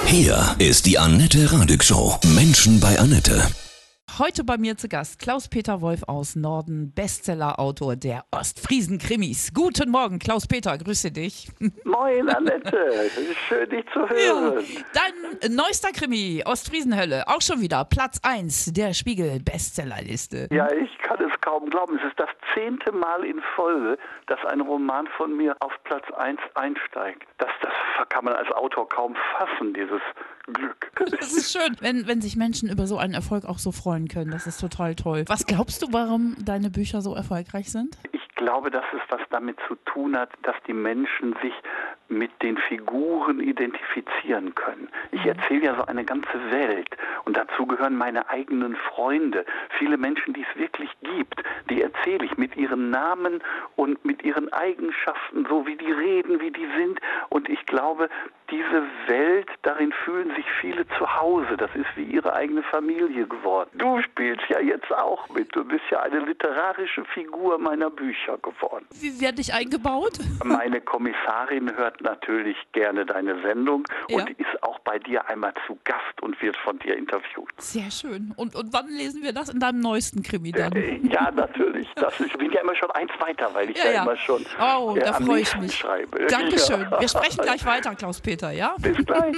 Hier ist die Annette Radig Show. Menschen bei Annette. Heute bei mir zu Gast Klaus-Peter Wolf aus Norden, Bestseller-Autor der Ostfriesen-Krimis. Guten Morgen, Klaus-Peter, grüße dich. Moin, Annette. Schön, dich zu hören. Dein neuester Krimi, Ostfriesenhölle, auch schon wieder Platz 1 der Spiegel-Bestsellerliste. Ja, ich kann es kaum glauben. Es ist das 10. Mal in Folge, dass ein Roman von mir auf Platz 1 einsteigt. Das kann man als Autor kaum fassen, dieses Glück. Das ist schön, wenn sich Menschen über so einen Erfolg auch so freuen können. Das ist total toll. Was glaubst du, warum deine Bücher so erfolgreich sind? Ich glaube, dass es was damit zu tun hat, dass die Menschen sich mit den Figuren identifizieren können. Ich erzähle ja so eine ganze Welt und dazu gehören meine eigenen Freunde. Viele Menschen, die es wirklich gibt, die erzähle ich mit ihren Namen und mit ihren Eigenschaften, so wie die reden, wie die sind. Und ich glaube, diese Welt, darin fühlen sich viele zu Hause. Das ist wie ihre eigene Familie geworden. Du spielst ja jetzt auch mit. Du bist ja eine literarische Figur meiner Bücher geworden. Wie werde ich eingebaut? Meine Kommissarin hört natürlich gerne deine Sendung und ist auch bei dir einmal zu Gast und wird von dir interviewt. Sehr schön. Und wann lesen wir das in deinem neuesten Krimi dann? Ja, natürlich. Ich bin ja immer schon eins weiter, weil ich immer schon da am freue ich nächsten mich. schreibe. Dankeschön. Wir sprechen gleich weiter, Klaus-Peter, ja? Bis gleich.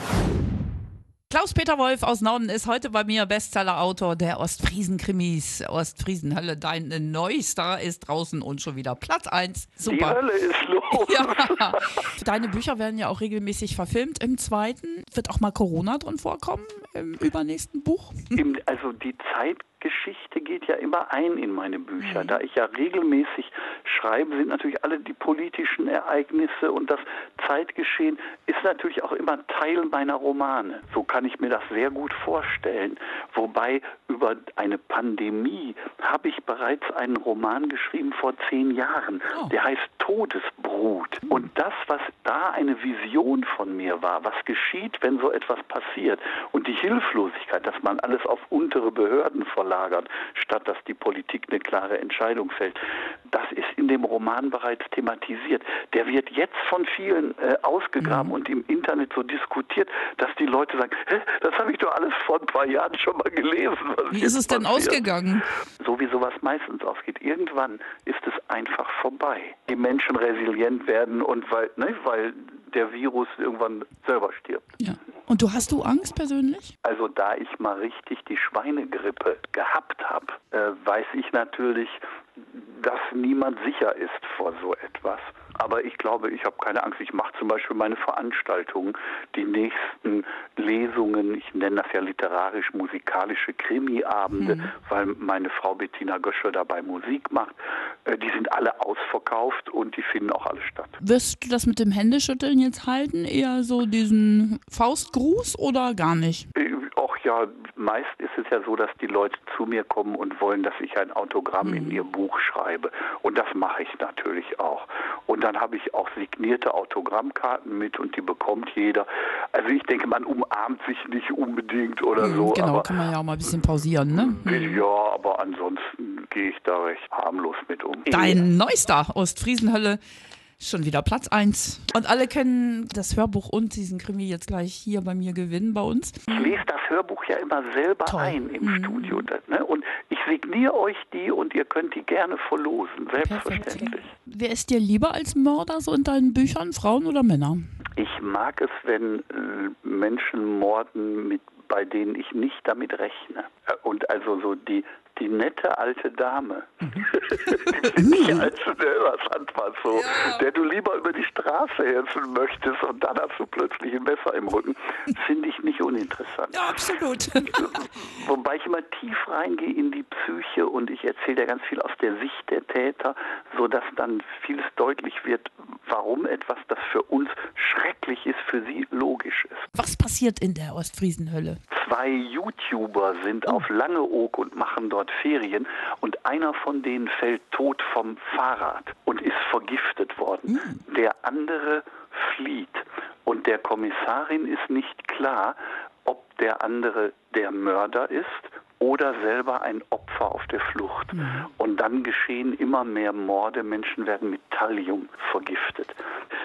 Klaus-Peter Wolf aus Norden ist heute bei mir Bestseller-Autor der Ostfriesen-Krimis. Ostfriesenhölle, dein neuester ist draußen und schon wieder Platz 1. Super. Die Hölle ist los. Ja. Deine Bücher werden ja auch regelmäßig verfilmt. Im zweiten wird auch mal Corona drin vorkommen, im übernächsten Buch. Also die Zeitgeschichte geht ja immer ein in meine Bücher. Da ich ja regelmäßig schreibe, sind natürlich alle die politischen Ereignisse und das Zeitgeschehen ist natürlich auch immer Teil meiner Romane. So kann ich mir das sehr gut vorstellen. Wobei über eine Pandemie habe ich bereits einen Roman geschrieben vor 10 Jahren. Der heißt Todesbrut. Und das, was da eine Vision von mir war, was geschieht, wenn so etwas passiert und die Hilflosigkeit, dass man alles auf untere Behörden verlagert, statt dass die Politik eine klare Entscheidung fällt, das ist in dem Roman bereits thematisiert. Der wird jetzt von vielen ausgegraben und im Internet so diskutiert, dass die Leute sagen, das habe ich doch alles vor ein paar Jahren schon mal gelesen. Wie ist es denn ausgegangen? So wie sowas meistens ausgeht. Irgendwann ist es einfach vorbei. Die Menschen resilient werden und weil der Virus irgendwann selber stirbt. Ja. Und hast du Angst persönlich? Also da ich mal richtig die Schweinegrippe gehabt habe, weiß ich natürlich, dass niemand sicher ist vor so etwas. Aber ich glaube, ich habe keine Angst. Ich mache zum Beispiel meine Veranstaltungen, die nächsten Lesungen, ich nenne das ja literarisch-musikalische Krimi-Abende, weil meine Frau Bettina Gösche dabei Musik macht. Die sind alle ausverkauft und die finden auch alle statt. Wirst du das mit dem Händeschütteln jetzt halten? Eher so diesen Faustgruß oder gar nicht? Ja, meist ist es ja so, dass die Leute zu mir kommen und wollen, dass ich ein Autogramm in ihr Buch schreibe. Und das mache ich natürlich auch. Und dann habe ich auch signierte Autogrammkarten mit und die bekommt jeder. Also ich denke, man umarmt sich nicht unbedingt oder so. Genau, aber kann man ja auch mal ein bisschen pausieren, ne? Ja, aber ansonsten gehe ich da recht harmlos mit um. Dein neuester Ostfriesenhölle. Schon wieder Platz 1. Und alle können das Hörbuch und diesen Krimi jetzt gleich hier bei mir gewinnen, bei uns. Ich lese das Hörbuch ja immer selber ein im Studio. Und ich signiere euch die und ihr könnt die gerne verlosen, selbstverständlich. Perfekt. Wer ist dir lieber als Mörder so in deinen Büchern, Frauen oder Männer? Ich mag es, wenn Menschen morden, bei denen ich nicht damit rechne. Und also so die nette alte Dame, die nicht als was so, der du lieber über die Straße helfen möchtest und dann hast du plötzlich ein Messer im Rücken, finde ich nicht uninteressant. Ja, absolut. Wobei ich immer tief reingehe in die Psyche und ich erzähle ja ganz viel aus der Sicht der Täter, sodass dann vieles deutlich wird, warum etwas, das für uns schrecklich ist, für sie logisch ist. Was passiert in der Ostfriesenhölle? 2 YouTuber sind auf Langeoog und machen dort Ferien und einer von denen fällt tot vom Fahrrad und ist vergiftet worden. Der andere flieht und der Kommissarin ist nicht klar, ob der andere der Mörder ist oder selber ein Opfer auf der Flucht. Und dann geschehen immer mehr Morde, Menschen werden mit Thallium vergiftet.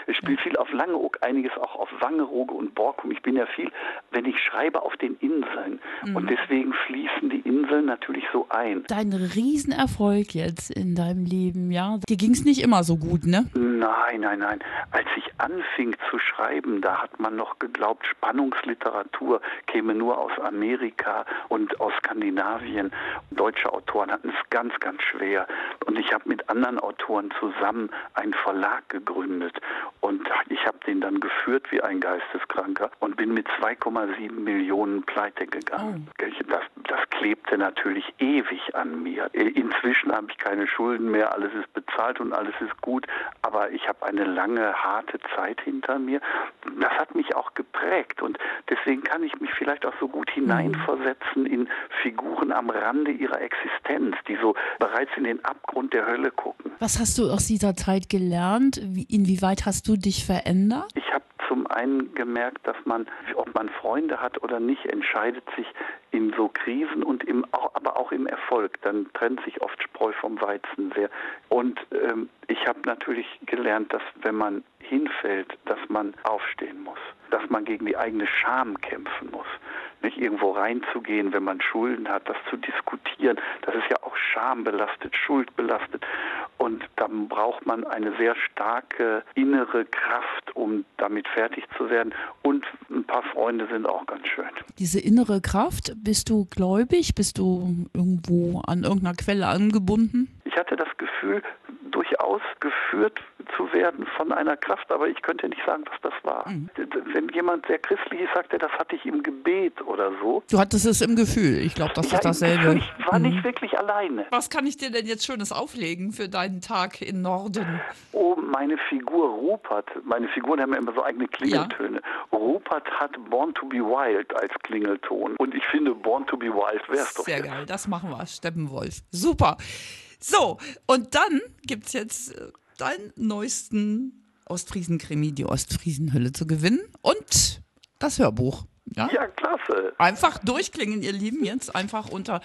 Es spielt viel auf Langeoog, einiges auch auf Wangerooge und Borkum. Ich bin ja viel, wenn ich schreibe, auf den Inseln. Und deswegen fließen die Inseln natürlich so ein. Dein Riesenerfolg jetzt in deinem Leben, ja? Dir ging es nicht immer so gut, ne? Nein. Als ich anfing zu schreiben, da hat man noch geglaubt, Spannungsliteratur käme nur aus Amerika und aus Skandinavien. Deutsche Autoren hatten es ganz, ganz schwer. Und ich habe mit anderen Autoren zusammen einen Verlag gegründet. Und ich habe den dann geführt wie ein Geisteskranker und bin mit 2,7 Millionen pleite gegangen. Das klebte natürlich ewig an mir. Inzwischen habe ich keine Schulden mehr, alles ist bezahlt und alles ist gut. Aber ich habe eine lange, harte Zeit hinter mir. Das hat mich auch geprägt und deswegen kann ich mich vielleicht auch so gut hineinversetzen in Figuren am Rande ihrer Existenz, die so bereits in den Abgrund der Hölle gucken. Was hast du aus dieser Zeit gelernt? Inwieweit hast du dich verändert? Ich habe zum einen gemerkt, dass man, ob man Freunde hat oder nicht, entscheidet sich in so Krisen und aber auch im Erfolg. Dann trennt sich oft Spreu vom Weizen sehr. Und ich habe natürlich gelernt, dass wenn man hinfällt, dass man aufstehen muss, dass man gegen die eigene Scham kämpfen muss. Nicht irgendwo reinzugehen, wenn man Schulden hat, das zu diskutieren, das ist ja auch schambelastet, schuldbelastet. Und dann braucht man eine sehr starke innere Kraft, um damit fertig zu werden. Und ein paar Freunde sind auch ganz schön. Diese innere Kraft, bist du gläubig? Bist du irgendwo an irgendeiner Quelle angebunden? Ich hatte das Gefühl, durchaus geführt zu werden von einer Kraft, aber ich könnte nicht sagen, was das war. Wenn jemand sehr christlich ist, sagt er, das hatte ich im Gebet oder so. Du hattest es im Gefühl. Ich glaube, das ist dasselbe. Ich war nicht wirklich alleine. Was kann ich dir denn jetzt Schönes auflegen für deinen Tag in Norden? Oh, meine Figur Rupert, meine Figuren haben ja immer so eigene Klingeltöne. Ja. Rupert hat Born to be Wild als Klingelton. Und ich finde, Born to be Wild wär's doch sehr jetzt. Geil, das machen wir, Steppenwolf. Super. So, und dann gibt's jetzt deinen neuesten Ostfriesen-Krimi, die Ostfriesen-Hölle, zu gewinnen und das Hörbuch. Ja, klasse. Einfach durchklingen, ihr Lieben, jetzt einfach unter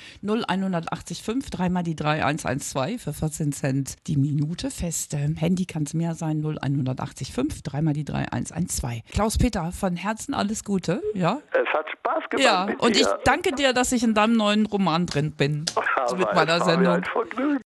01885, 3 die 3112 für 14 Cent die Minute. Fest Handy kann es mehr sein, 01885, 3 die 3112. Klaus-Peter, von Herzen alles Gute. Ja? Es hat Spaß gemacht. Ja, mit und dir. ich danke dir, dass ich in deinem neuen Roman drin bin. So mit meiner Sendung.